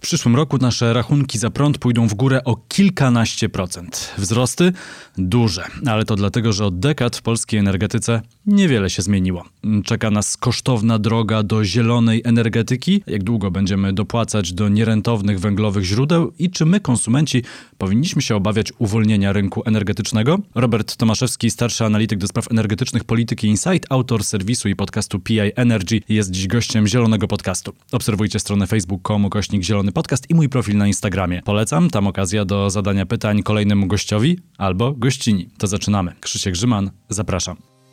przyszłym roku nasze rachunki za prąd pójdą w górę o kilkanaście procent. Wzrosty? Duże, ale to dlatego, że od dekad w polskiej energetyce niewiele się zmieniło. Czeka nas kosztowna droga do zielonej energetyki. Jak długo będziemy dopłacać do nierentownych węglowych źródeł i czy my, konsumenci, powinniśmy się obawiać uwolnienia rynku energetycznego? Robert Tomaszewski, starszy analityk do spraw energetycznych Polityki Insight, autor serwisu i podcastu PI Energy, jest dziś gościem Zielonego Podcastu. Obserwujcie stronę facebook.com/Zielony Podcast i mój profil na Instagramie. Polecam, tam okazja do zadania pytań kolejnemu gościowi albo gościni. To zaczynamy. Krzysiek Grzyman, zapraszam.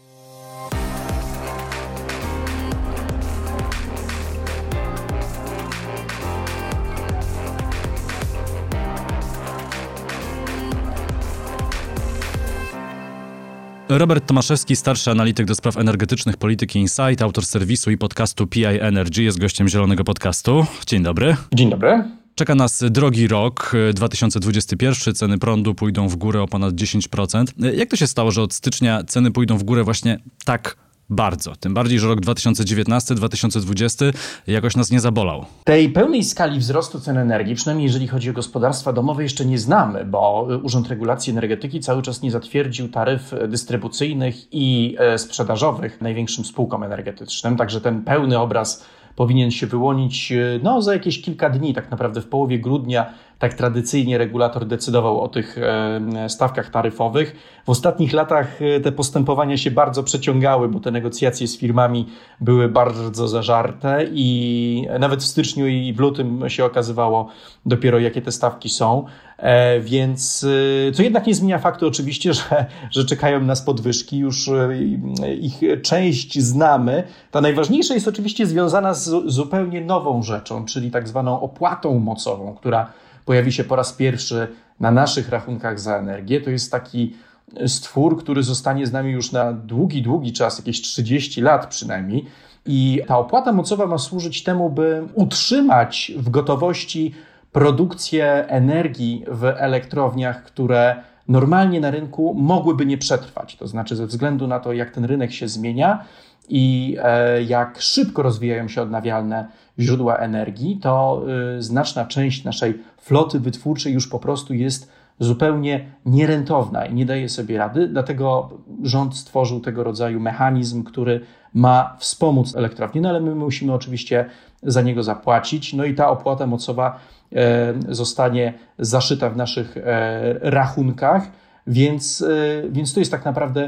Robert Tomaszewski, starszy analityk do spraw energetycznych Polityki Insight, autor serwisu i podcastu PI Energy, jest gościem Zielonego Podcastu. Dzień dobry. Dzień dobry. Czeka nas drogi rok, 2021. Ceny prądu pójdą w górę o ponad 10%. Jak to się stało, że od stycznia ceny pójdą w górę właśnie tak bardzo? Tym bardziej, że rok 2019-2020 jakoś nas nie zabolał. Tej pełnej skali wzrostu cen energii, przynajmniej jeżeli chodzi o gospodarstwa domowe, jeszcze nie znamy, bo Urząd Regulacji Energetyki cały czas nie zatwierdził taryf dystrybucyjnych i sprzedażowych największym spółkom energetycznym. Także ten pełny obraz powinien się wyłonić za jakieś kilka dni. Tak naprawdę w połowie grudnia tak tradycyjnie regulator decydował o tych stawkach taryfowych. W ostatnich latach te postępowania się bardzo przeciągały, bo te negocjacje z firmami były bardzo zażarte i nawet w styczniu i w lutym się okazywało dopiero, jakie te stawki są. Więc co jednak nie zmienia faktu oczywiście, że czekają nas podwyżki. Już ich część znamy. Ta najważniejsza jest oczywiście związana z zupełnie nową rzeczą, czyli tak zwaną opłatą mocową, która pojawi się po raz pierwszy na naszych rachunkach za energię. To jest taki stwór, który zostanie z nami już na długi czas, jakieś 30 lat przynajmniej. I ta opłata mocowa ma służyć temu, by utrzymać w gotowości produkcję energii w elektrowniach, które normalnie na rynku mogłyby nie przetrwać. To znaczy ze względu na to, jak ten rynek się zmienia i jak szybko rozwijają się odnawialne źródła energii, to znaczna część naszej floty wytwórczej już po prostu jest zupełnie nierentowna i nie daje sobie rady. Dlatego rząd stworzył tego rodzaju mechanizm, który ma wspomóc elektrownię, ale my musimy oczywiście za niego zapłacić. No i ta opłata mocowa zostanie zaszyta w naszych rachunkach, więc to jest tak naprawdę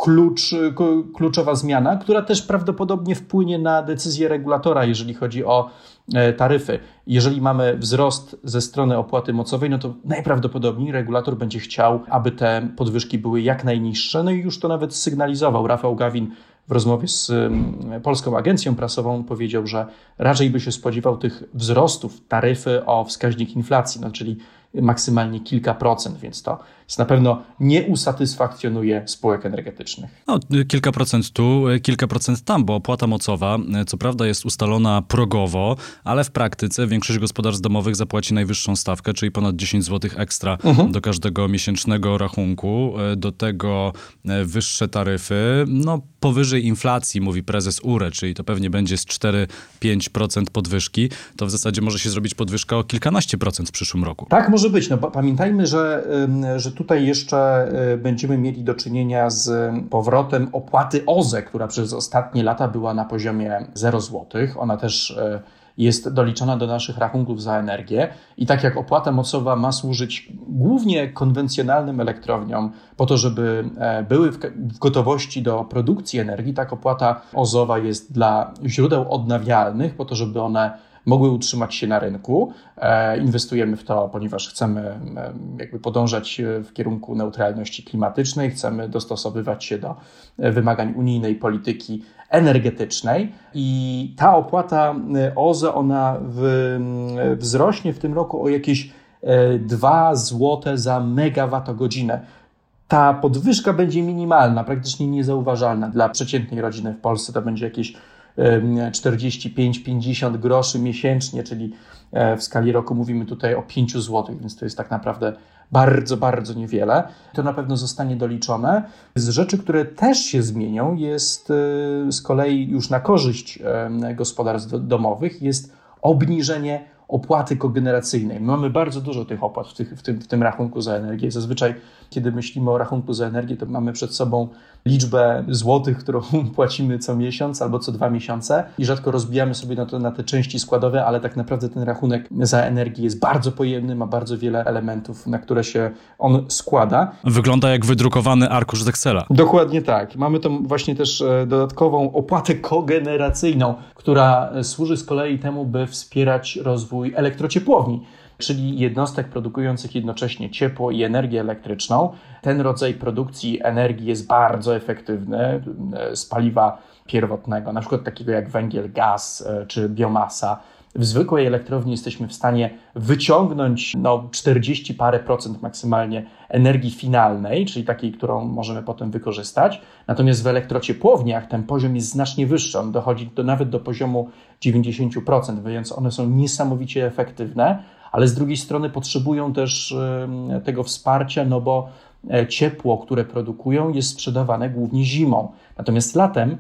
kluczowa zmiana, która też prawdopodobnie wpłynie na decyzję regulatora, jeżeli chodzi o taryfy. Jeżeli mamy wzrost ze strony opłaty mocowej, no to najprawdopodobniej regulator będzie chciał, aby te podwyżki były jak najniższe. No i już to nawet sygnalizował Rafał Gawin w rozmowie z Polską Agencją Prasową. Powiedział, że raczej by się spodziewał tych wzrostów taryfy o wskaźnik inflacji, czyli maksymalnie kilka procent, więc to na pewno nie usatysfakcjonuje spółek energetycznych. Kilka procent tu, kilka procent tam, bo opłata mocowa co prawda jest ustalona progowo, ale w praktyce większość gospodarstw domowych zapłaci najwyższą stawkę, czyli ponad 10 zł ekstra do każdego miesięcznego rachunku. Do tego wyższe taryfy, powyżej inflacji, mówi prezes URE, czyli to pewnie będzie z 4-5% podwyżki. To w zasadzie może się zrobić podwyżka o kilkanaście procent w przyszłym roku. Tak może być. Pamiętajmy, że tutaj jeszcze będziemy mieli do czynienia z powrotem opłaty OZE, która przez ostatnie lata była na poziomie 0 zł. Ona też jest doliczona do naszych rachunków za energię i tak jak opłata mocowa ma służyć głównie konwencjonalnym elektrowniom po to, żeby były w gotowości do produkcji energii, tak opłata OZE-owa jest dla źródeł odnawialnych po to, żeby one mogły utrzymać się na rynku. Inwestujemy w to, ponieważ chcemy podążać w kierunku neutralności klimatycznej, chcemy dostosowywać się do wymagań unijnej polityki energetycznej i ta opłata OZE, ona wzrośnie w tym roku o jakieś 2 zł za megawattogodzinę. Ta podwyżka będzie minimalna, praktycznie niezauważalna. Dla przeciętnej rodziny w Polsce to będzie jakieś 45-50 groszy miesięcznie, czyli w skali roku mówimy tutaj o 5 zł, więc to jest tak naprawdę bardzo, bardzo niewiele. To na pewno zostanie doliczone. Z rzeczy, które też się zmienią, jest z kolei już na korzyść gospodarstw domowych, jest obniżenie opłaty kogeneracyjnej. My mamy bardzo dużo tych opłat w tym rachunku za energię. Zazwyczaj, kiedy myślimy o rachunku za energię, to mamy przed sobą liczbę złotych, którą płacimy co miesiąc albo co 2 miesiące i rzadko rozbijamy sobie na te części składowe, ale tak naprawdę ten rachunek za energię jest bardzo pojemny, ma bardzo wiele elementów, na które się on składa. Wygląda jak wydrukowany arkusz z Excela. Dokładnie tak. Mamy tam właśnie też dodatkową opłatę kogeneracyjną, która służy z kolei temu, by wspierać rozwój elektrociepłowni, czyli jednostek produkujących jednocześnie ciepło i energię elektryczną. Ten rodzaj produkcji energii jest bardzo efektywny z paliwa pierwotnego, na przykład takiego jak węgiel, gaz czy biomasa. W zwykłej elektrowni jesteśmy w stanie wyciągnąć 40 parę procent maksymalnie energii finalnej, czyli takiej, którą możemy potem wykorzystać. Natomiast w elektrociepłowniach ten poziom jest znacznie wyższy. On dochodzi nawet do poziomu 90%, więc one są niesamowicie efektywne, ale z drugiej strony potrzebują też tego wsparcia, bo ciepło, które produkują, jest sprzedawane głównie zimą. Natomiast latem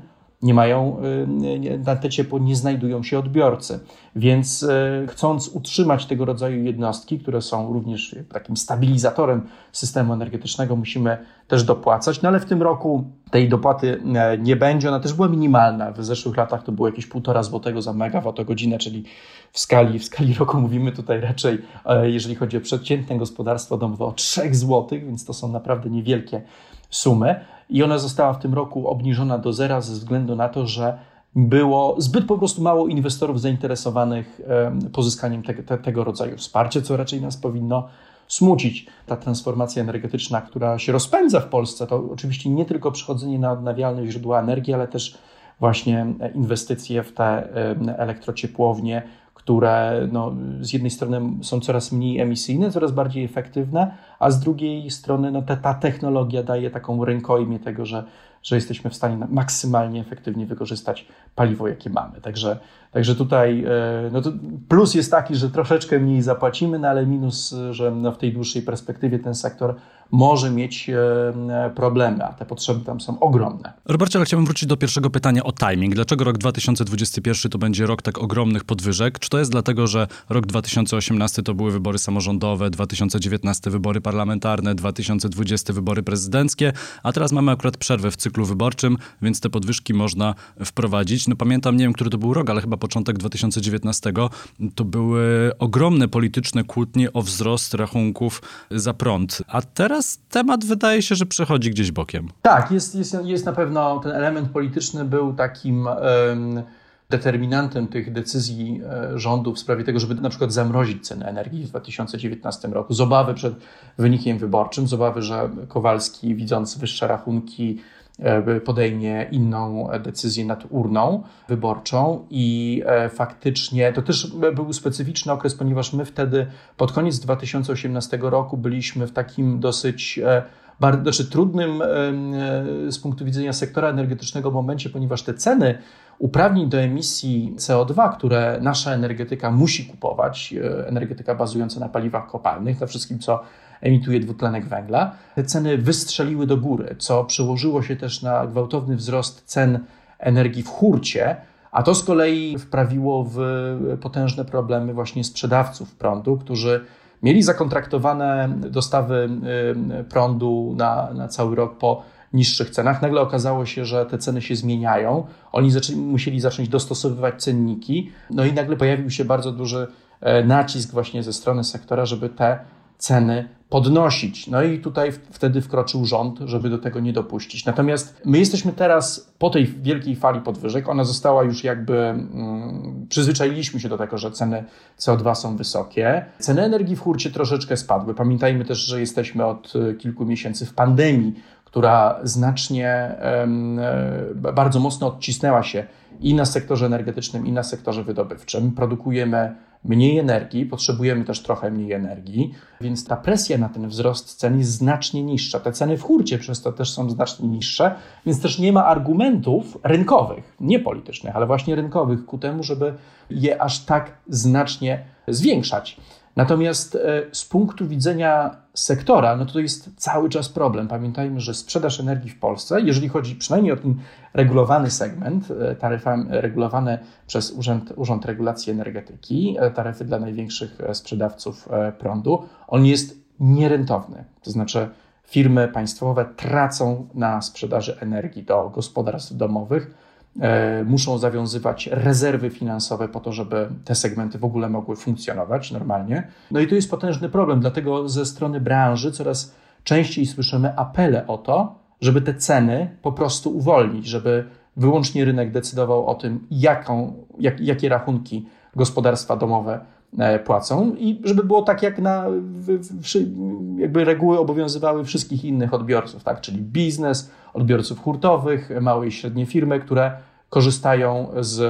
na te ciepło nie znajdują się odbiorcy. Więc chcąc utrzymać tego rodzaju jednostki, które są również takim stabilizatorem systemu energetycznego, musimy też dopłacać. No ale w tym roku tej dopłaty nie będzie. Ona też była minimalna. W zeszłych latach to było jakieś 1,5 zł za megawattogodzinę, czyli w skali roku mówimy tutaj raczej, jeżeli chodzi o przeciętne gospodarstwo domowe, o 3 zł, więc to są naprawdę niewielkie sumy. I ona została w tym roku obniżona do zera ze względu na to, że było zbyt po prostu mało inwestorów zainteresowanych pozyskaniem tego rodzaju wsparcia, co raczej nas powinno smucić. Ta transformacja energetyczna, która się rozpędza w Polsce, to oczywiście nie tylko przechodzenie na odnawialne źródła energii, ale też właśnie inwestycje w te elektrociepłownie, które z jednej strony są coraz mniej emisyjne, coraz bardziej efektywne, a z drugiej strony ta technologia daje taką rękojmię tego, że jesteśmy w stanie maksymalnie efektywnie wykorzystać paliwo, jakie mamy. Także tutaj to plus jest taki, że troszeczkę mniej zapłacimy, ale minus, że w tej dłuższej perspektywie ten sektor może mieć problemy, a te potrzeby tam są ogromne. Robercie, ale chciałbym wrócić do pierwszego pytania o timing. Dlaczego rok 2021 to będzie rok tak ogromnych podwyżek? Czy to jest dlatego, że rok 2018 to były wybory samorządowe, 2019 wybory parlamentarne, 2020 wybory prezydenckie, a teraz mamy akurat przerwę w cyklu wyborczym, więc te podwyżki można wprowadzić. Pamiętam, nie wiem, który to był rok, ale chyba początek 2019, to były ogromne polityczne kłótnie o wzrost rachunków za prąd. A teraz temat wydaje się, że przechodzi gdzieś bokiem. Tak, jest na pewno ten element polityczny był takim determinantem tych decyzji rządu w sprawie tego, żeby na przykład zamrozić ceny energii w 2019 roku. Z obawy przed wynikiem wyborczym, z obawy, że Kowalski, widząc wyższe rachunki, podejmie inną decyzję nad urną wyborczą i faktycznie to też był specyficzny okres, ponieważ my wtedy pod koniec 2018 roku byliśmy w takim dosyć trudnym z punktu widzenia sektora energetycznego momencie, ponieważ te ceny uprawnień do emisji CO2, które nasza energetyka musi kupować, energetyka bazująca na paliwach kopalnych, na wszystkim, co emituje dwutlenek węgla, te ceny wystrzeliły do góry, co przełożyło się też na gwałtowny wzrost cen energii w hurcie, a to z kolei wprawiło w potężne problemy właśnie sprzedawców prądu, którzy mieli zakontraktowane dostawy prądu na cały rok po niższych cenach. Nagle okazało się, że te ceny się zmieniają. Oni musieli zacząć dostosowywać cenniki. I nagle pojawił się bardzo duży nacisk właśnie ze strony sektora, żeby te ceny podnosić. I tutaj wtedy wkroczył rząd, żeby do tego nie dopuścić. Natomiast my jesteśmy teraz po tej wielkiej fali podwyżek. Ona została już przyzwyczailiśmy się do tego, że ceny CO2 są wysokie. Ceny energii w hurcie troszeczkę spadły. Pamiętajmy też, że jesteśmy od kilku miesięcy w pandemii, która znacznie, bardzo mocno odcisnęła się i na sektorze energetycznym, i na sektorze wydobywczym. Produkujemy mniej energii, potrzebujemy też trochę mniej energii, więc ta presja na ten wzrost cen jest znacznie niższa. Te ceny w hurcie przez to też są znacznie niższe, więc też nie ma argumentów rynkowych, nie politycznych, ale właśnie rynkowych ku temu, żeby je aż tak znacznie zwiększać. Natomiast z punktu widzenia sektora, no to jest cały czas problem. Pamiętajmy, że sprzedaż energii w Polsce, jeżeli chodzi przynajmniej o ten regulowany segment, taryfy regulowane przez Urząd Regulacji Energetyki, taryfy dla największych sprzedawców prądu, on jest nierentowny. To znaczy firmy państwowe tracą na sprzedaży energii do gospodarstw domowych, muszą zawiązywać rezerwy finansowe po to, żeby te segmenty w ogóle mogły funkcjonować normalnie. No i to jest potężny problem, dlatego ze strony branży coraz częściej słyszymy apele o to, żeby te ceny po prostu uwolnić, żeby wyłącznie rynek decydował o tym, jakie rachunki gospodarstwa domowe płacą i żeby było tak, jak jakby reguły obowiązywały wszystkich innych odbiorców, tak? Czyli biznes, odbiorców hurtowych, małe i średnie firmy, które korzystają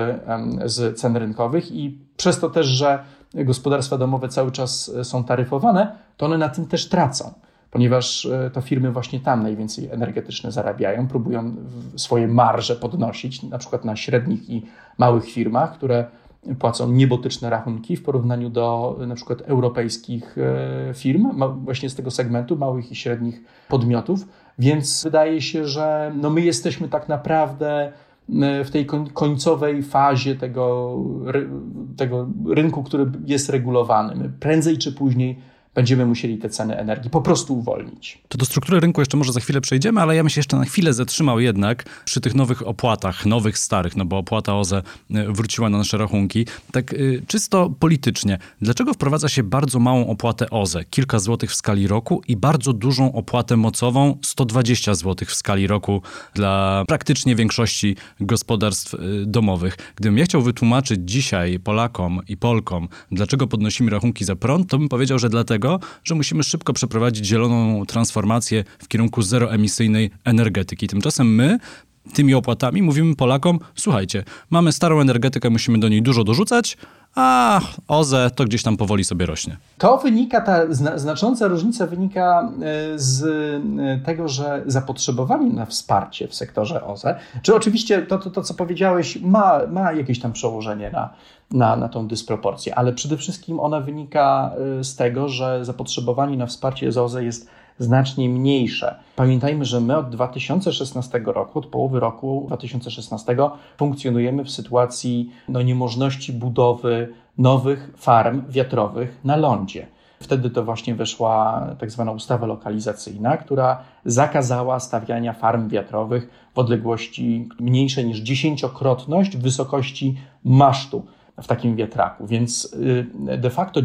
z cen rynkowych i przez to też, że gospodarstwa domowe cały czas są taryfowane, to one na tym też tracą, ponieważ to firmy właśnie tam najwięcej energetyczne zarabiają, próbują swoje marże podnosić, na przykład na średnich i małych firmach, które płacą niebotyczne rachunki w porównaniu do na przykład europejskich firm, właśnie z tego segmentu małych i średnich podmiotów. Więc wydaje się, że my jesteśmy tak naprawdę w tej końcowej fazie tego rynku, który jest regulowany. My prędzej czy później będziemy musieli te ceny energii po prostu uwolnić. To do struktury rynku jeszcze może za chwilę przejdziemy, ale ja bym się jeszcze na chwilę zatrzymał jednak przy tych nowych opłatach, nowych, starych, no bo opłata OZE wróciła na nasze rachunki. Tak czysto politycznie, dlaczego wprowadza się bardzo małą opłatę OZE, kilka złotych w skali roku i bardzo dużą opłatę mocową, 120 złotych w skali roku dla praktycznie większości gospodarstw domowych? Gdybym ja chciał wytłumaczyć dzisiaj Polakom i Polkom, dlaczego podnosimy rachunki za prąd, to bym powiedział, że dlatego, że musimy szybko przeprowadzić zieloną transformację w kierunku zeroemisyjnej energetyki. Tymczasem my tymi opłatami mówimy Polakom, słuchajcie, mamy starą energetykę, musimy do niej dużo dorzucać, a OZE to gdzieś tam powoli sobie rośnie. To wynika, ta znacząca różnica wynika z tego, że zapotrzebowanie na wsparcie w sektorze OZE, czy oczywiście to co powiedziałeś, ma jakieś tam przełożenie na tą dysproporcję, ale przede wszystkim ona wynika z tego, że zapotrzebowanie na wsparcie z OZE jest znacznie mniejsze. Pamiętajmy, że my od 2016 roku, od połowy roku 2016 funkcjonujemy w sytuacji niemożności budowy nowych farm wiatrowych na lądzie. Wtedy to właśnie weszła tak zwana ustawa lokalizacyjna, która zakazała stawiania farm wiatrowych w odległości mniejszej niż 10-krotność wysokości masztu w takim wiatraku. Więc de facto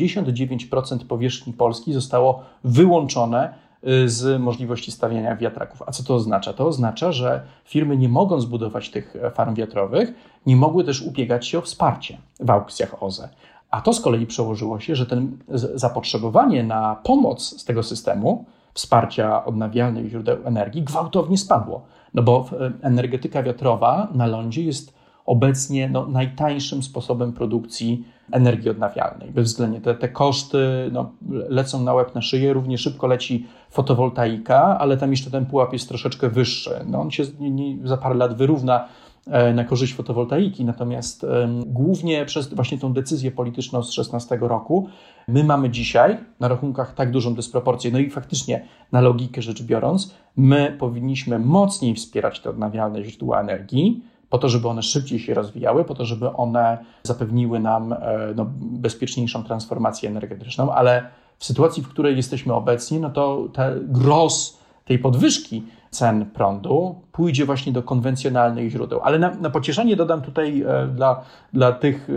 99% powierzchni Polski zostało wyłączone z możliwości stawiania wiatraków. A co to oznacza? To oznacza, że firmy nie mogą zbudować tych farm wiatrowych, nie mogły też ubiegać się o wsparcie w aukcjach OZE. A to z kolei przełożyło się, że ten zapotrzebowanie na pomoc z tego systemu wsparcia odnawialnych źródeł energii gwałtownie spadło. No bo energetyka wiatrowa na lądzie jest obecnie najtańszym sposobem produkcji energii odnawialnej. Bezwzględnie te koszty lecą na łeb na szyję, równie szybko leci fotowoltaika, ale tam jeszcze ten pułap jest troszeczkę wyższy. On się za parę lat wyrówna na korzyść fotowoltaiki, natomiast głównie przez właśnie tą decyzję polityczną z 2016 roku my mamy dzisiaj na rachunkach tak dużą dysproporcję. No i faktycznie na logikę rzecz biorąc, my powinniśmy mocniej wspierać te odnawialne źródła energii, po to, żeby one szybciej się rozwijały, po to, żeby one zapewniły nam bezpieczniejszą transformację energetyczną, ale w sytuacji, w której jesteśmy obecnie, to gros tej podwyżki cen prądu pójdzie właśnie do konwencjonalnych źródeł. Ale na pocieszenie dodam tutaj dla tych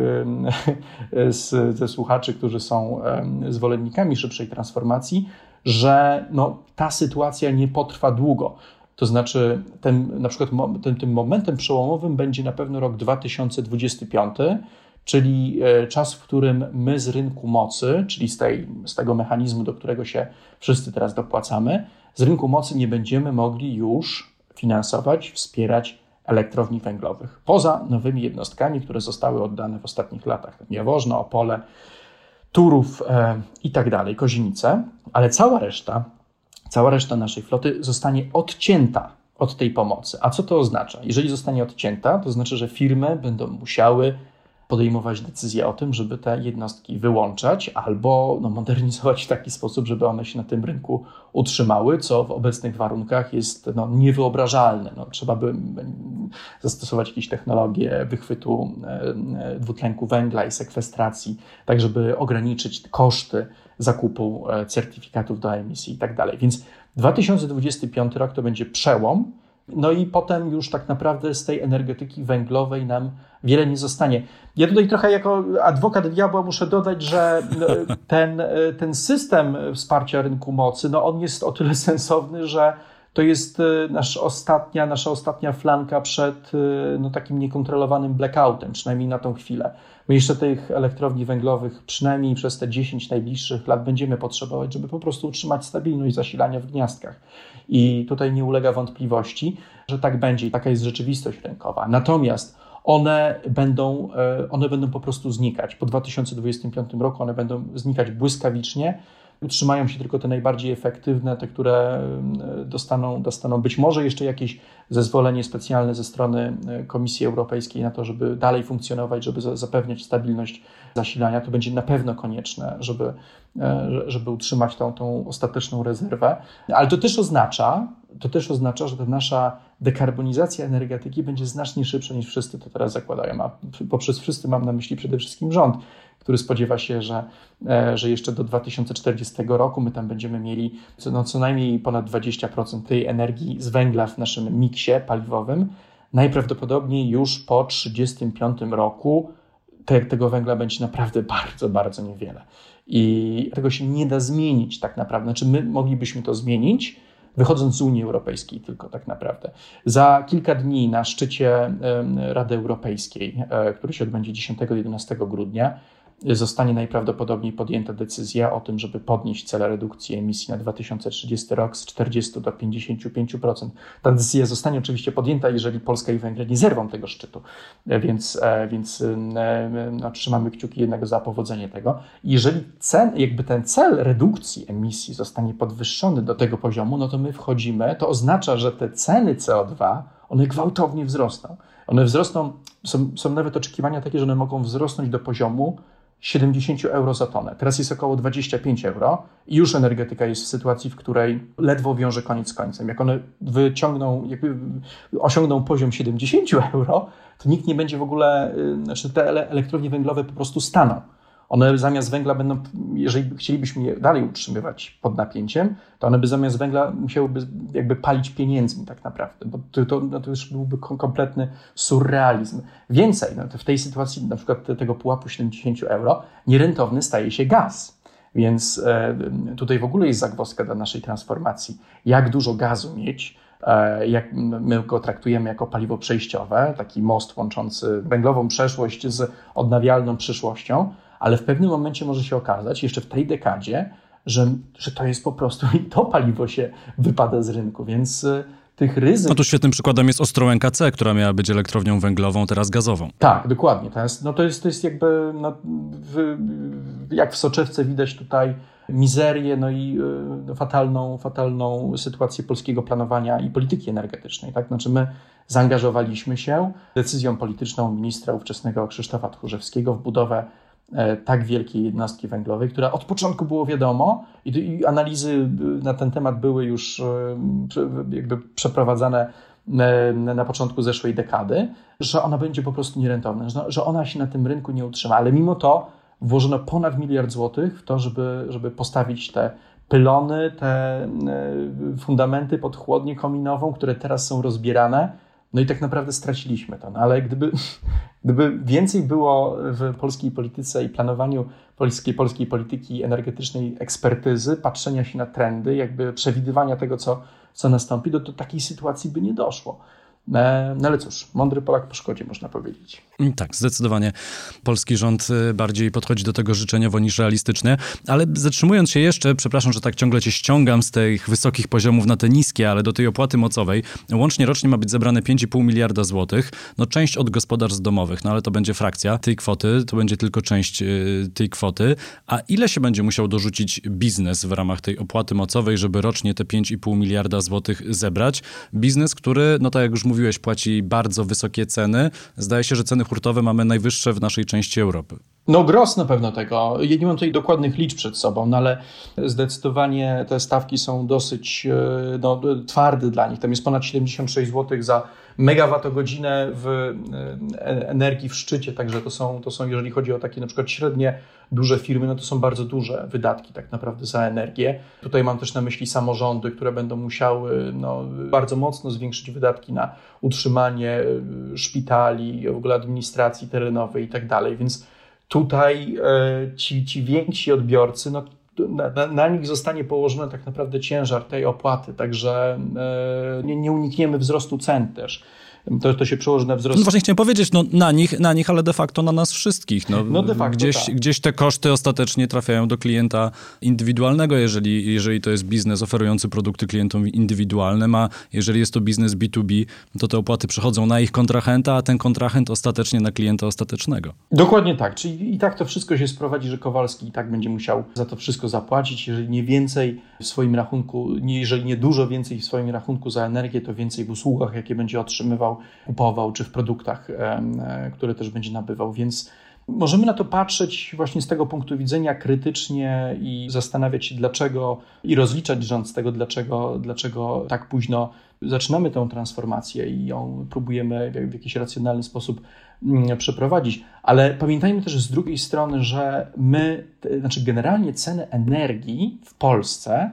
ze słuchaczy, którzy są zwolennikami szybszej transformacji, że ta sytuacja nie potrwa długo. To znaczy na przykład tym momentem przełomowym będzie na pewno rok 2025, czyli czas, w którym my z rynku mocy, czyli z tego mechanizmu, do którego się wszyscy teraz dopłacamy, z rynku mocy nie będziemy mogli już finansować, wspierać elektrowni węglowych. Poza nowymi jednostkami, które zostały oddane w ostatnich latach. Jaworzno, Opole, Turów i tak dalej, Kozienice, ale cała reszta naszej floty zostanie odcięta od tej pomocy. A co to oznacza? Jeżeli zostanie odcięta, to znaczy, że firmy będą musiały podejmować decyzje o tym, żeby te jednostki wyłączać albo modernizować w taki sposób, żeby one się na tym rynku utrzymały, co w obecnych warunkach jest niewyobrażalne. Trzeba by zastosować jakieś technologie wychwytu dwutlenku węgla i sekwestracji, tak żeby ograniczyć koszty zakupu certyfikatów do emisji i tak dalej. Więc 2025 rok to będzie przełom, i potem już tak naprawdę z tej energetyki węglowej nam wiele nie zostanie. Ja tutaj trochę jako adwokat diabła muszę dodać, że ten system wsparcia rynku mocy, on jest o tyle sensowny, że to jest nasza ostatnia flanka przed takim niekontrolowanym blackoutem, przynajmniej na tą chwilę. My jeszcze tych elektrowni węglowych przynajmniej przez te 10 najbliższych lat będziemy potrzebować, żeby po prostu utrzymać stabilność zasilania w gniazdkach. I tutaj nie ulega wątpliwości, że tak będzie i taka jest rzeczywistość rynkowa. Natomiast one będą po prostu znikać. Po 2025 roku one będą znikać błyskawicznie. Utrzymają się tylko te najbardziej efektywne, te, które dostaną być może jeszcze jakieś zezwolenie specjalne ze strony Komisji Europejskiej na to, żeby dalej funkcjonować, żeby zapewniać stabilność zasilania. To będzie na pewno konieczne, żeby utrzymać tą ostateczną rezerwę. Ale to też oznacza, że ta nasza dekarbonizacja energetyki będzie znacznie szybsza niż wszyscy to teraz zakładają. A poprzez wszyscy mam na myśli przede wszystkim rząd, który spodziewa się, że jeszcze do 2040 roku my tam będziemy mieli co najmniej ponad 20% tej energii z węgla w naszym miksie paliwowym. Najprawdopodobniej już po 1935 roku tego węgla będzie naprawdę bardzo, bardzo niewiele. I tego się nie da zmienić tak naprawdę. Znaczy my moglibyśmy to zmienić, wychodząc z Unii Europejskiej tylko tak naprawdę. Za kilka dni na szczycie Rady Europejskiej, który się odbędzie 10-11 grudnia, zostanie najprawdopodobniej podjęta decyzja o tym, żeby podnieść cele redukcji emisji na 2030 rok z 40 do 55%. Ta decyzja zostanie oczywiście podjęta, jeżeli Polska i Węgry nie zerwą tego szczytu, więc trzymamy kciuki jednak za powodzenie tego. Jeżeli ten cel redukcji emisji zostanie podwyższony do tego poziomu, to my wchodzimy, to oznacza, że te ceny CO2, one gwałtownie wzrosną. One wzrosną, są nawet oczekiwania takie, że one mogą wzrosnąć do poziomu 70 euro za tonę. Teraz jest około 25 euro i już energetyka jest w sytuacji, w której ledwo wiąże koniec z końcem. Jak one osiągną poziom 70 euro, to nikt nie będzie w ogóle, te elektrownie węglowe po prostu staną. One zamiast węgla będą, jeżeli chcielibyśmy je dalej utrzymywać pod napięciem, to one by zamiast węgla musiałyby palić pieniędzmi tak naprawdę, bo to już byłby kompletny surrealizm. Więcej, w tej sytuacji na przykład tego pułapu 70 euro nierentowny staje się gaz. Więc tutaj w ogóle jest zagwozdka dla naszej transformacji. Jak dużo gazu mieć, jak my go traktujemy jako paliwo przejściowe, taki most łączący węglową przeszłość z odnawialną przyszłością, ale w pewnym momencie może się okazać, jeszcze w tej dekadzie, że to jest po prostu i to paliwo się wypada z rynku, więc tych ryzyk... Tu świetnym przykładem jest Ostrołęka C, która miała być elektrownią węglową, teraz gazową. Tak, dokładnie. To jest jakby, jak w soczewce widać tutaj mizerię, i fatalną sytuację polskiego planowania i polityki energetycznej. Tak? Znaczy my zaangażowaliśmy się decyzją polityczną ministra ówczesnego Krzysztofa Tchórzewskiego w budowę tak wielkiej jednostki węglowej, która od początku było wiadomo i analizy na ten temat były już jakby przeprowadzane na początku zeszłej dekady, że ona będzie po prostu nierentowna, że ona się na tym rynku nie utrzyma, ale mimo to włożono ponad 1 miliard złotych w to, żeby postawić te pylony, te fundamenty pod chłodnię kominową, które teraz są rozbierane. I tak naprawdę straciliśmy to. Ale gdyby więcej było w polskiej polityce i planowaniu polskiej polityki energetycznej ekspertyzy, patrzenia się na trendy, jakby przewidywania tego, co nastąpi, to do takiej sytuacji by nie doszło. Ale cóż, mądry Polak po szkodzie, można powiedzieć. Tak, zdecydowanie polski rząd bardziej podchodzi do tego życzeniowo niż realistycznie, ale zatrzymując się jeszcze, przepraszam, że tak ciągle cię ściągam z tych wysokich poziomów na te niskie, ale do tej opłaty mocowej łącznie rocznie ma być zebrane 5,5 miliarda złotych, część od gospodarstw domowych, ale to będzie frakcja tej kwoty, to będzie tylko część tej kwoty, a ile się będzie musiał dorzucić biznes w ramach tej opłaty mocowej, żeby rocznie te 5,5 miliarda złotych zebrać? Biznes, który, tak jak już mówiłeś, płaci bardzo wysokie ceny. Zdaje się, że ceny hurtowe mamy najwyższe w naszej części Europy. No gros na pewno tego. Ja nie mam tutaj dokładnych liczb przed sobą, no ale zdecydowanie te stawki są dosyć twarde dla nich. Tam jest ponad 76 zł za megawattogodzinę w energii w szczycie, także to są, jeżeli chodzi o takie na przykład średnie, duże firmy, no to są bardzo duże wydatki tak naprawdę za energię. Tutaj mam też na myśli samorządy, które będą musiały bardzo mocno zwiększyć wydatki na utrzymanie szpitali, w ogóle administracji terenowej i tak dalej, więc tutaj ci więksi odbiorcy, na nich zostanie położony tak naprawdę ciężar tej opłaty, także nie unikniemy wzrostu cen też. To się przełoży na wzrost. No właśnie chciałem powiedzieć, na nich, ale de facto na nas wszystkich. De facto, tak. Gdzieś te koszty ostatecznie trafiają do klienta indywidualnego, jeżeli to jest biznes oferujący produkty klientom indywidualnym, a jeżeli jest to biznes B2B, to te opłaty przechodzą na ich kontrahenta, a ten kontrahent ostatecznie na klienta ostatecznego. Dokładnie tak, czyli i tak to wszystko się sprowadzi, że Kowalski i tak będzie musiał za to wszystko zapłacić, jeżeli nie więcej w swoim rachunku, jeżeli nie dużo więcej w swoim rachunku za energię, to więcej w usługach, jakie będzie otrzymywał, kupował, czy w produktach, które też będzie nabywał. Więc możemy na to patrzeć właśnie z tego punktu widzenia krytycznie i zastanawiać się dlaczego i rozliczać rząd z tego, dlaczego tak późno zaczynamy tę transformację i ją próbujemy w jakiś racjonalny sposób przeprowadzić. Ale pamiętajmy też z drugiej strony, że generalnie ceny energii w Polsce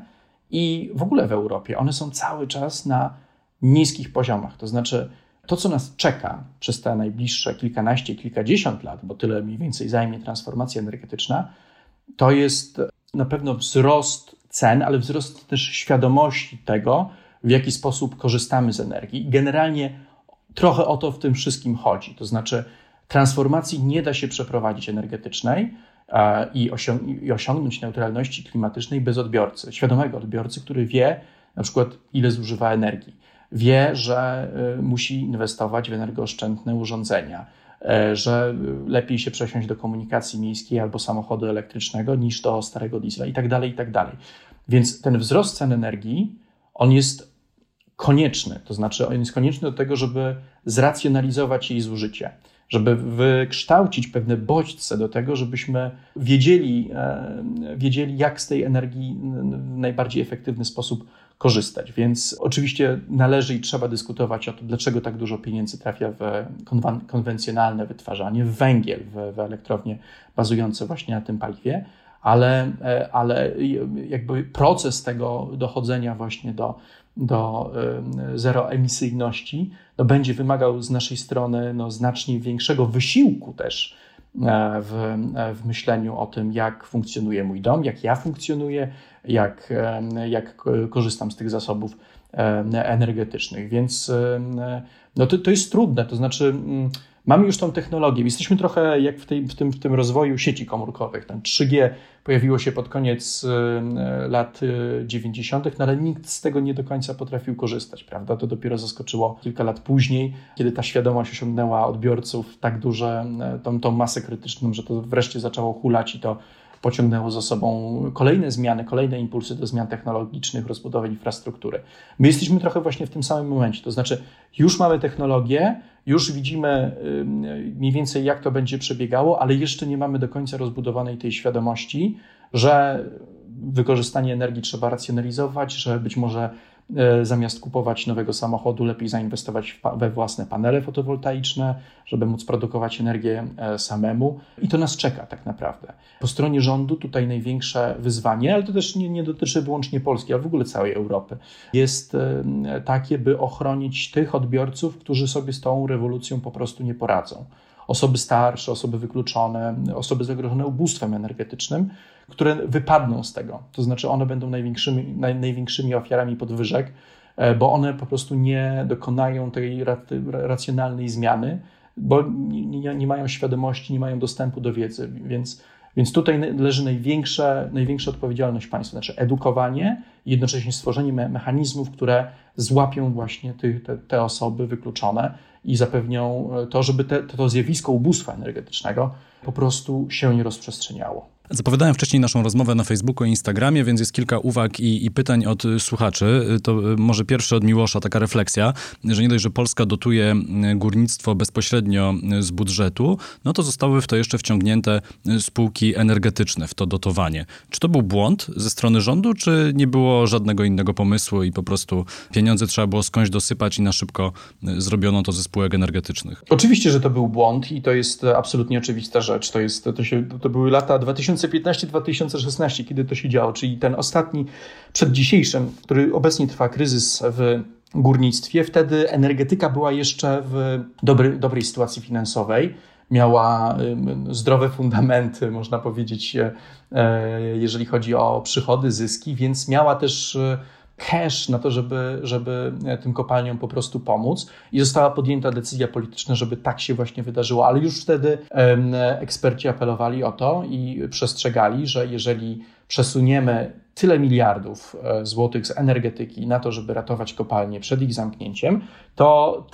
i w ogóle w Europie, one są cały czas na niskich poziomach. To znaczy to, co nas czeka przez te najbliższe kilkanaście, kilkadziesiąt lat, bo tyle mniej więcej zajmie transformacja energetyczna, to jest na pewno wzrost cen, ale wzrost też świadomości tego, w jaki sposób korzystamy z energii. I generalnie trochę o to w tym wszystkim chodzi. To znaczy transformacji nie da się przeprowadzić energetycznej i osiągnąć neutralności klimatycznej bez odbiorcy, świadomego odbiorcy, który wie na przykład ile zużywa energii. Wie, że musi inwestować w energooszczędne urządzenia, że lepiej się przesiąść do komunikacji miejskiej albo samochodu elektrycznego niż do starego diesla i tak dalej, i tak dalej. Więc ten wzrost cen energii, on jest konieczny. To znaczy on jest konieczny do tego, żeby zracjonalizować jej zużycie, żeby wykształcić pewne bodźce do tego, żebyśmy wiedzieli, jak z tej energii w najbardziej efektywny sposób korzystać. Więc oczywiście należy i trzeba dyskutować o tym, dlaczego tak dużo pieniędzy trafia w konwencjonalne wytwarzanie, w węgiel, w elektrownie bazujące właśnie na tym paliwie, ale jakby proces tego dochodzenia właśnie do zeroemisyjności będzie wymagał z naszej strony znacznie większego wysiłku też w myśleniu o tym, jak funkcjonuje mój dom, jak ja funkcjonuję, jak korzystam z tych zasobów energetycznych. Więc to jest trudne, to znaczy mamy już tą technologię, jesteśmy trochę jak w tym rozwoju sieci komórkowych. Ten 3G pojawiło się pod koniec lat 90., ale nikt z tego nie do końca potrafił korzystać, prawda? To dopiero zaskoczyło kilka lat później, kiedy ta świadomość osiągnęła odbiorców tak duże, tą masę krytyczną, że to wreszcie zaczęło hulać i to pociągnęło za sobą kolejne zmiany, kolejne impulsy do zmian technologicznych, rozbudowy infrastruktury. My jesteśmy trochę właśnie w tym samym momencie, to znaczy już mamy technologię, już widzimy mniej więcej jak to będzie przebiegało, ale jeszcze nie mamy do końca rozbudowanej tej świadomości, że wykorzystanie energii trzeba racjonalizować, że być może zamiast kupować nowego samochodu, lepiej zainwestować we własne panele fotowoltaiczne, żeby móc produkować energię samemu. I to nas czeka tak naprawdę. Po stronie rządu tutaj największe wyzwanie, ale to też nie dotyczy wyłącznie Polski, ale w ogóle całej Europy, jest takie, by ochronić tych odbiorców, którzy sobie z tą rewolucją po prostu nie poradzą. Osoby starsze, osoby wykluczone, osoby zagrożone ubóstwem energetycznym, które wypadną z tego. To znaczy one będą największymi ofiarami podwyżek, bo one po prostu nie dokonają tej racjonalnej zmiany, bo nie mają świadomości, nie mają dostępu do wiedzy. Więc tutaj leży największa odpowiedzialność państwa, znaczy edukowanie i jednocześnie stworzenie mechanizmów, które złapią właśnie te osoby wykluczone i zapewnią to, żeby to zjawisko ubóstwa energetycznego po prostu się nie rozprzestrzeniało. Zapowiadałem wcześniej naszą rozmowę na Facebooku i Instagramie, więc jest kilka uwag i pytań od słuchaczy. To może pierwszy od Miłosza, taka refleksja, że nie dość, że Polska dotuje górnictwo bezpośrednio z budżetu, no to zostały w to jeszcze wciągnięte spółki energetyczne w to dotowanie. Czy to był błąd ze strony rządu, czy nie było żadnego innego pomysłu i po prostu pieniądze trzeba było skądś dosypać i na szybko zrobiono to ze spółek energetycznych? Oczywiście, że to był błąd i to jest absolutnie oczywista rzecz. To były lata 2015-2016, kiedy to się działo, czyli ten ostatni przed dzisiejszym, który obecnie trwa kryzys w górnictwie. Wtedy energetyka była jeszcze w dobrej sytuacji finansowej. Miała zdrowe fundamenty, można powiedzieć, jeżeli chodzi o przychody, zyski, więc miała też cash na to, żeby tym kopalniom po prostu pomóc i została podjęta decyzja polityczna, żeby tak się właśnie wydarzyło, ale już wtedy eksperci apelowali o to i przestrzegali, że jeżeli przesuniemy tyle miliardów złotych z energetyki na to, żeby ratować kopalnie przed ich zamknięciem, to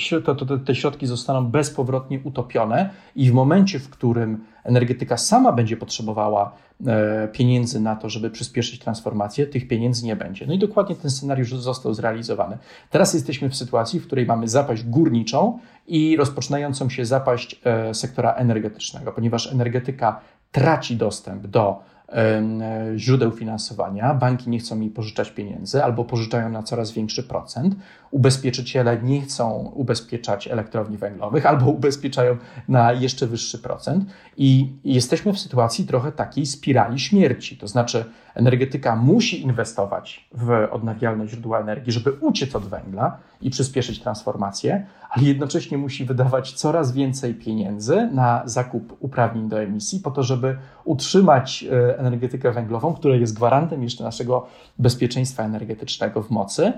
te środki zostaną bezpowrotnie utopione i w momencie, w którym energetyka sama będzie potrzebowała pieniędzy na to, żeby przyspieszyć transformację, tych pieniędzy nie będzie. No i dokładnie ten scenariusz został zrealizowany. Teraz jesteśmy w sytuacji, w której mamy zapaść górniczą i rozpoczynającą się zapaść sektora energetycznego, ponieważ energetyka traci dostęp do źródeł finansowania, banki nie chcą jej pożyczać pieniędzy albo pożyczają na coraz większy procent, ubezpieczyciele nie chcą ubezpieczać elektrowni węglowych albo ubezpieczają na jeszcze wyższy procent i jesteśmy w sytuacji trochę takiej spirali śmierci, to znaczy energetyka musi inwestować w odnawialne źródła energii, żeby uciec od węgla i przyspieszyć transformację, ale jednocześnie musi wydawać coraz więcej pieniędzy na zakup uprawnień do emisji po to, żeby utrzymać energetykę węglową, która jest gwarantem jeszcze naszego bezpieczeństwa energetycznego w mocy.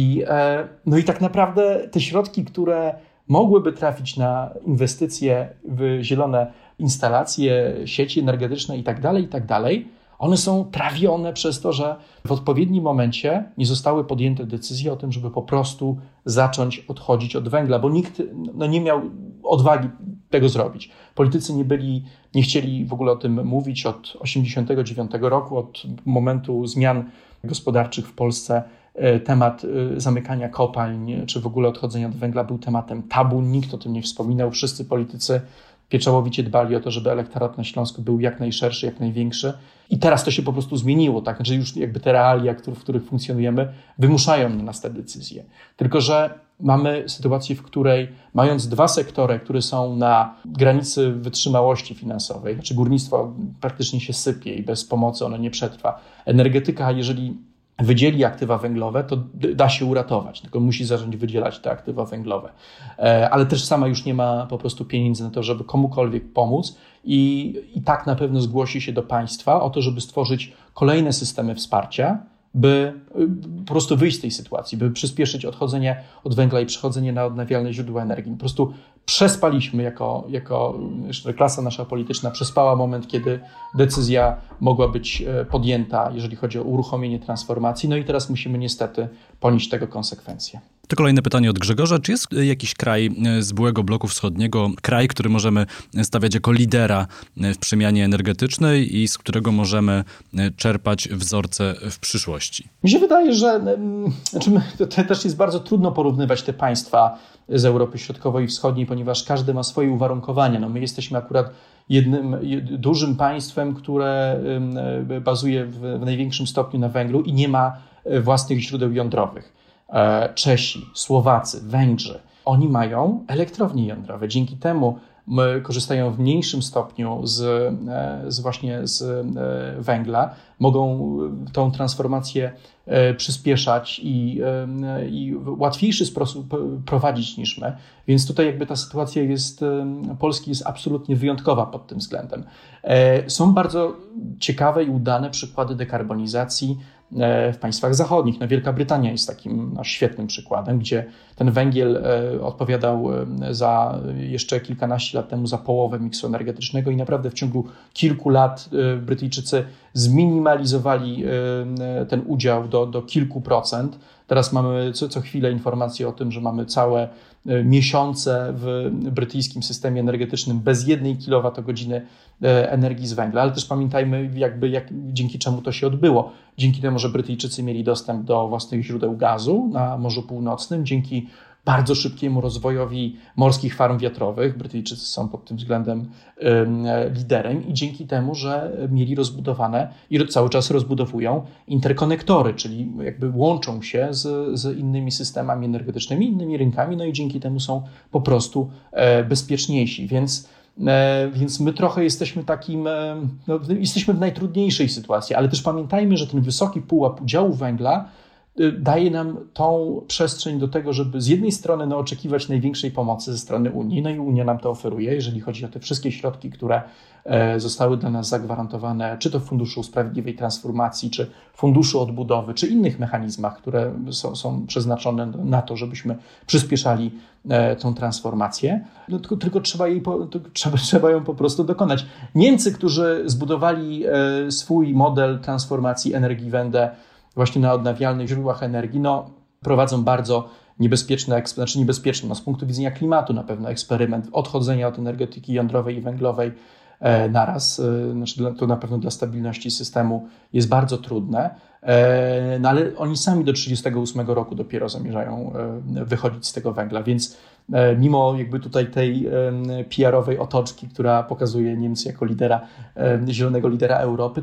No i tak naprawdę te środki, które mogłyby trafić na inwestycje w zielone instalacje, sieci energetyczne itd., one są trawione przez to, że w odpowiednim momencie nie zostały podjęte decyzje o tym, żeby po prostu zacząć odchodzić od węgla, bo nikt nie miał odwagi tego zrobić. Politycy nie chcieli w ogóle o tym mówić od 1989 roku, od momentu zmian gospodarczych w Polsce. Temat zamykania kopalń, czy w ogóle odchodzenia od węgla był tematem tabu, nikt o tym nie wspominał, wszyscy politycy pieczołowicie dbali o to, żeby elektorat na Śląsku był jak najszerszy, jak największy. I teraz to się po prostu zmieniło, tak? Znaczy już jakby te realia, w których funkcjonujemy, wymuszają na nas te decyzje. Tylko że mamy sytuację, w której mając dwa sektory, które są na granicy wytrzymałości finansowej, znaczy górnictwo praktycznie się sypie i bez pomocy ono nie przetrwa. Energetyka, jeżeli wydzieli aktywa węglowe, to da się uratować, tylko musi zacząć wydzielać te aktywa węglowe. Ale też sama już nie ma po prostu pieniędzy na to, żeby komukolwiek pomóc i tak na pewno zgłosi się do państwa o to, żeby stworzyć kolejne systemy wsparcia, by po prostu wyjść z tej sytuacji, by przyspieszyć odchodzenie od węgla i przechodzenie na odnawialne źródła energii. Po prostu przespaliśmy jako klasa nasza polityczna, przespała moment, kiedy decyzja mogła być podjęta, jeżeli chodzi o uruchomienie transformacji. No i teraz musimy niestety ponieść tego konsekwencje. To kolejne pytanie od Grzegorza. Czy jest jakiś kraj z byłego bloku wschodniego, kraj, który możemy stawiać jako lidera w przemianie energetycznej i z którego możemy czerpać wzorce w przyszłości? Mi się wydaje, że to też jest bardzo trudno porównywać te państwa z Europy Środkowej i Wschodniej, ponieważ każdy ma swoje uwarunkowania. No my jesteśmy akurat jednym dużym państwem, które bazuje w największym stopniu na węglu i nie ma własnych źródeł jądrowych. Czesi, Słowacy, Węgrzy, oni mają elektrownie jądrowe. Dzięki temu korzystają w mniejszym stopniu z węgla, mogą tą transformację przyspieszać i w łatwiejszy sposób prowadzić niż my. Więc tutaj jakby ta sytuacja Polski jest absolutnie wyjątkowa pod tym względem. Są bardzo ciekawe i udane przykłady dekarbonizacji w państwach zachodnich. No, Wielka Brytania jest takim świetnym przykładem, gdzie ten węgiel odpowiadał jeszcze kilkanaście lat temu za połowę miksu energetycznego i naprawdę w ciągu kilku lat Brytyjczycy zminimalizowali zminimalizowali ten udział do kilku procent. Teraz mamy co chwilę informacje o tym, że mamy całe miesiące w brytyjskim systemie energetycznym bez 1 kWh energii z węgla, ale też pamiętajmy dzięki czemu to się odbyło. Dzięki temu, że Brytyjczycy mieli dostęp do własnych źródeł gazu na Morzu Północnym, dzięki bardzo szybkiemu rozwojowi morskich farm wiatrowych. Brytyjczycy są pod tym względem liderem i dzięki temu, że mieli rozbudowane i cały czas rozbudowują interkonektory, czyli jakby łączą się z innymi systemami energetycznymi, innymi rynkami, no i dzięki temu są po prostu bezpieczniejsi. Więc my trochę jesteśmy jesteśmy w najtrudniejszej sytuacji, ale też pamiętajmy, że ten wysoki pułap udziału węgla daje nam tą przestrzeń do tego, żeby z jednej strony oczekiwać największej pomocy ze strony Unii, no i Unia nam to oferuje, jeżeli chodzi o te wszystkie środki, które zostały dla nas zagwarantowane, czy to w Funduszu Sprawiedliwej Transformacji, czy Funduszu Odbudowy, czy innych mechanizmach, które są przeznaczone na to, żebyśmy przyspieszali tą transformację, no tylko trzeba ją po prostu dokonać. Niemcy, którzy zbudowali swój model transformacji Energiewende właśnie na odnawialnych źródłach energii, prowadzą bardzo niebezpieczny, z punktu widzenia klimatu na pewno eksperyment odchodzenia od energetyki jądrowej i węglowej naraz. To na pewno dla stabilności systemu jest bardzo trudne, ale oni sami do 1938 roku dopiero zamierzają wychodzić z tego węgla, więc mimo tutaj tej PR-owej otoczki, która pokazuje Niemcy jako zielonego lidera Europy,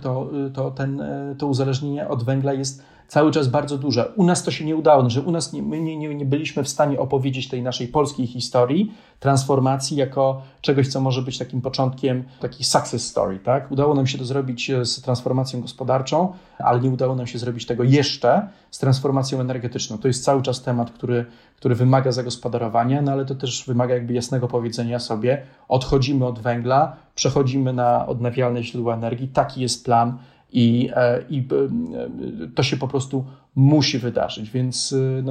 to uzależnienie od węgla jest cały czas bardzo duże. U nas to się nie udało, że my nie byliśmy w stanie opowiedzieć tej naszej polskiej historii, transformacji jako czegoś, co może być takim początkiem, taki success story, tak? Udało nam się to zrobić z transformacją gospodarczą, ale nie udało nam się zrobić tego jeszcze z transformacją energetyczną. To jest cały czas temat, który wymaga zagospodarowania, ale to też wymaga jasnego powiedzenia sobie, odchodzimy od węgla, przechodzimy na odnawialne źródła energii, taki jest plan i to się po prostu musi wydarzyć, więc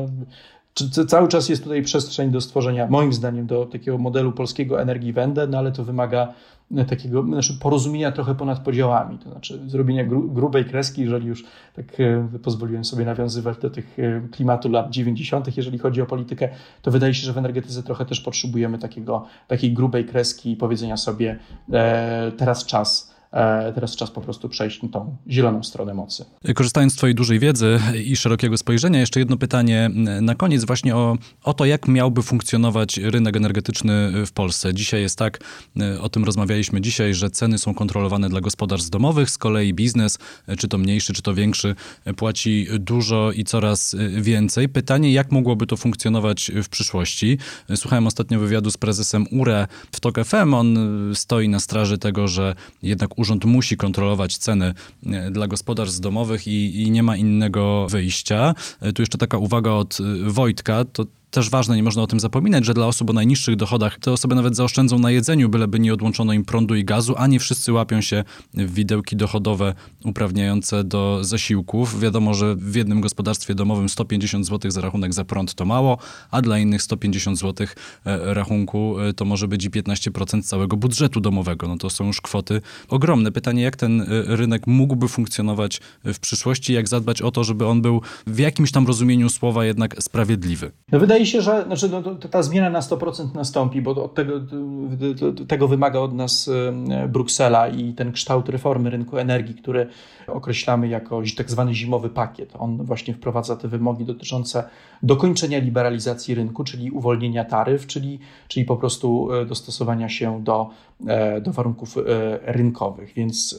cały czas jest tutaj przestrzeń do stworzenia, moim zdaniem, do takiego modelu polskiego Energiewende, ale to wymaga takiego porozumienia trochę ponad podziałami, to znaczy zrobienia grubej kreski, jeżeli już tak pozwoliłem sobie nawiązywać do tych klimatu lat 90., jeżeli chodzi o politykę, to wydaje się, że w energetyce trochę też potrzebujemy takiej grubej kreski i powiedzenia sobie teraz czas po prostu przejść na tą zieloną stronę mocy. Korzystając z twojej dużej wiedzy i szerokiego spojrzenia, jeszcze jedno pytanie na koniec właśnie o to, jak miałby funkcjonować rynek energetyczny w Polsce. Dzisiaj jest tak, o tym rozmawialiśmy dzisiaj, że ceny są kontrolowane dla gospodarstw domowych, z kolei biznes, czy to mniejszy, czy to większy, płaci dużo i coraz więcej. Pytanie, jak mogłoby to funkcjonować w przyszłości? Słuchałem ostatnio wywiadu z prezesem URE w TOK FM. On stoi na straży tego, że jednak urząd musi kontrolować ceny dla gospodarstw domowych i nie ma innego wyjścia. Tu jeszcze taka uwaga od Wojtka, to też ważne, nie można o tym zapominać, że dla osób o najniższych dochodach te osoby nawet zaoszczędzą na jedzeniu, byleby nie odłączono im prądu i gazu, a nie wszyscy łapią się w widełki dochodowe uprawniające do zasiłków. Wiadomo, że w jednym gospodarstwie domowym 150 zł za rachunek za prąd to mało, a dla innych 150 zł rachunku to może być i 15% całego budżetu domowego. No to są już kwoty ogromne. Pytanie, jak ten rynek mógłby funkcjonować w przyszłości, jak zadbać o to, żeby on był w jakimś tam rozumieniu słowa jednak sprawiedliwy? Wydaje się, że ta zmiana na 100% nastąpi, bo od tego wymaga od nas Bruksela i ten kształt reformy rynku energii, który określamy jako tak zwany zimowy pakiet. On właśnie wprowadza te wymogi dotyczące dokończenia liberalizacji rynku, czyli uwolnienia taryf, czyli po prostu dostosowania się do warunków rynkowych. Więc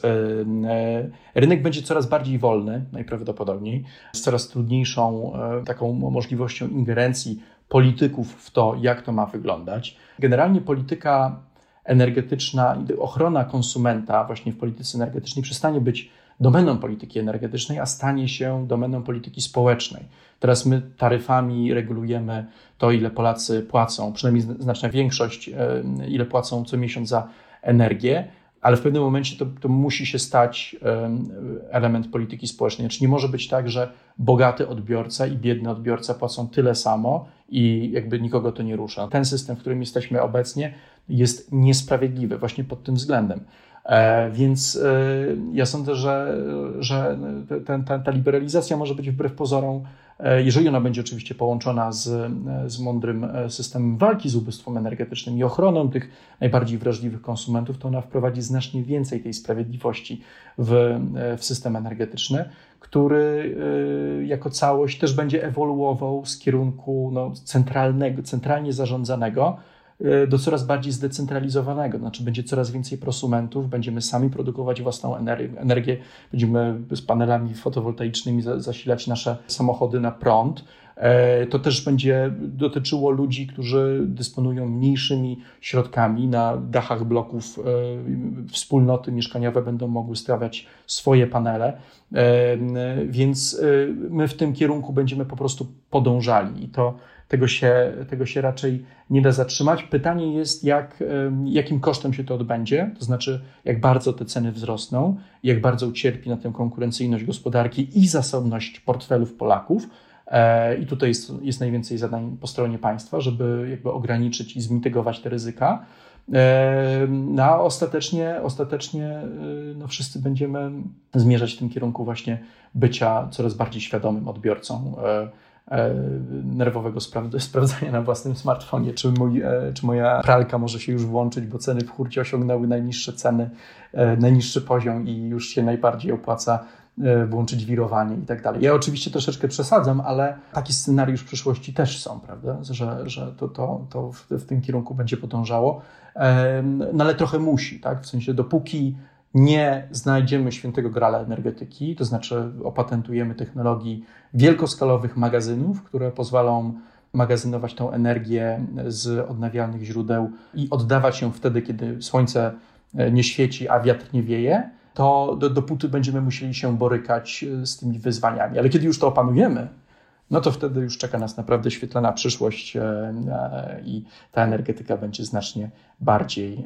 rynek będzie coraz bardziej wolny, najprawdopodobniej, z coraz trudniejszą taką możliwością ingerencji polityków w to, jak to ma wyglądać. Generalnie polityka energetyczna i ochrona konsumenta właśnie w polityce energetycznej przestanie być domeną polityki energetycznej, a stanie się domeną polityki społecznej. Teraz my taryfami regulujemy to, ile Polacy płacą, przynajmniej znaczna większość, ile płacą co miesiąc za energię, ale w pewnym momencie to musi się stać element polityki społecznej. Znaczy nie może być tak, że bogaty odbiorca i biedny odbiorca płacą tyle samo i jakby nikogo to nie rusza. Ten system, w którym jesteśmy obecnie, jest niesprawiedliwy właśnie pod tym względem. Więc ja sądzę, że ta liberalizacja może być wbrew pozorom, jeżeli ona będzie oczywiście połączona z mądrym systemem walki z ubóstwem energetycznym i ochroną tych najbardziej wrażliwych konsumentów, to ona wprowadzi znacznie więcej tej sprawiedliwości w system energetyczny, który jako całość też będzie ewoluował z kierunku centralnie zarządzanego do coraz bardziej zdecentralizowanego. Znaczy będzie coraz więcej prosumentów, będziemy sami produkować własną energię, będziemy z panelami fotowoltaicznymi zasilać nasze samochody na prąd. To też będzie dotyczyło ludzi, którzy dysponują mniejszymi środkami. Na dachach bloków wspólnoty mieszkaniowe będą mogły stawiać swoje panele, więc my w tym kierunku będziemy po prostu podążali i tego się raczej nie da zatrzymać. Pytanie jest, jakim kosztem się to odbędzie, to znaczy jak bardzo te ceny wzrosną, jak bardzo ucierpi na tę konkurencyjność gospodarki i zasobność portfelów Polaków. I tutaj jest najwięcej zadań po stronie państwa, żeby jakby ograniczyć i zmitygować te ryzyka. A ostatecznie wszyscy będziemy zmierzać w tym kierunku właśnie bycia coraz bardziej świadomym odbiorcą nerwowego sprawdzania na własnym smartfonie, czy moja pralka może się już włączyć, bo ceny w hurcie osiągnęły najniższe ceny, najniższy poziom i już się najbardziej opłaca włączyć wirowanie i tak dalej. Ja oczywiście troszeczkę przesadzam, ale taki scenariusz w przyszłości też są, prawda? Że to w tym kierunku będzie podążało, ale trochę musi, tak? W sensie dopóki nie znajdziemy świętego grala energetyki, to znaczy opatentujemy technologii wielkoskalowych magazynów, które pozwolą magazynować tą energię z odnawialnych źródeł i oddawać ją wtedy, kiedy słońce nie świeci, a wiatr nie wieje, to dopóty będziemy musieli się borykać z tymi wyzwaniami. Ale kiedy już to opanujemy, no to wtedy już czeka nas naprawdę świetlana przyszłość i ta energetyka będzie znacznie bardziej,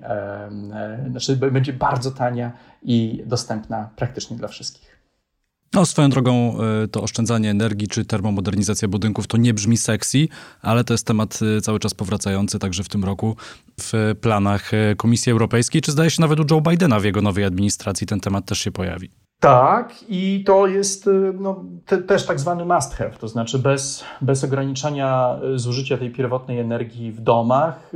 będzie bardzo tania i dostępna praktycznie dla wszystkich. No, swoją drogą to oszczędzanie energii czy termomodernizacja budynków to nie brzmi sexy, ale to jest temat cały czas powracający także w tym roku w planach Komisji Europejskiej, czy zdaje się nawet u Joe Bidena w jego nowej administracji ten temat też się pojawi. Tak, i to jest też tak zwany must have, to znaczy bez ograniczania zużycia tej pierwotnej energii w domach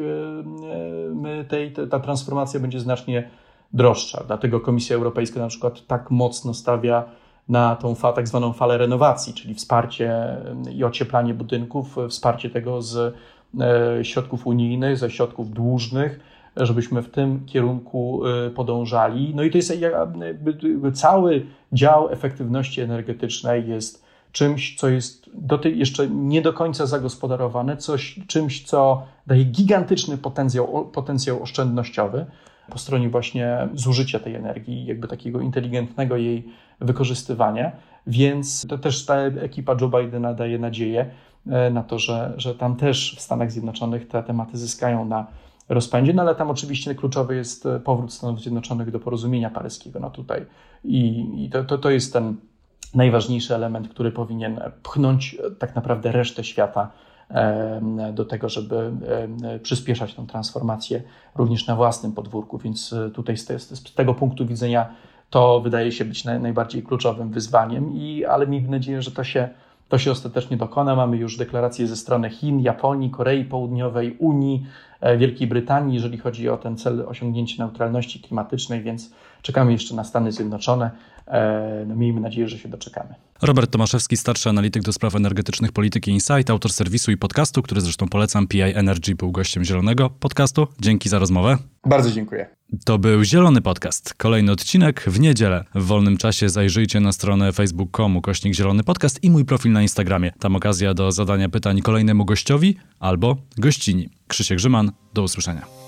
ta transformacja będzie znacznie droższa. Dlatego Komisja Europejska na przykład tak mocno stawia na tą tak zwaną falę renowacji, czyli wsparcie i ocieplanie budynków, wsparcie tego z środków unijnych, ze środków dłużnych, żebyśmy w tym kierunku podążali. No i to jest cały dział efektywności energetycznej jest czymś, co jest jeszcze nie do końca zagospodarowane, czymś, co daje gigantyczny potencjał oszczędnościowy po stronie właśnie zużycia tej energii, jakby takiego inteligentnego jej wykorzystywania. Więc to też ta ekipa Joe Bidena daje nadzieję na to, że tam też w Stanach Zjednoczonych te tematy zyskają na rozpędzie, no ale tam oczywiście kluczowy jest powrót Stanów Zjednoczonych do porozumienia paryskiego. No tutaj i to jest ten najważniejszy element, który powinien pchnąć tak naprawdę resztę świata do tego, żeby przyspieszać tę transformację również na własnym podwórku, więc tutaj z tego punktu widzenia to wydaje się być najbardziej kluczowym wyzwaniem, ale miejmy nadzieję, że to się ostatecznie dokona. Mamy już deklaracje ze strony Chin, Japonii, Korei Południowej, Unii, Wielkiej Brytanii, jeżeli chodzi o ten cel osiągnięcia neutralności klimatycznej, więc czekamy jeszcze na Stany Zjednoczone. Miejmy nadzieję, że się doczekamy. Robert Tomaszewski, starszy analityk do spraw energetycznych Polityki Insight, autor serwisu i podcastu, który zresztą polecam, PI Energy, był gościem Zielonego podcastu. Dzięki za rozmowę. Bardzo dziękuję. To był Zielony Podcast. Kolejny odcinek w niedzielę. W wolnym czasie zajrzyjcie na stronę facebook.com/Zielony Podcast i mój profil na Instagramie. Tam okazja do zadania pytań kolejnemu gościowi albo gościni. Krzysiek Grzyman, do usłyszenia.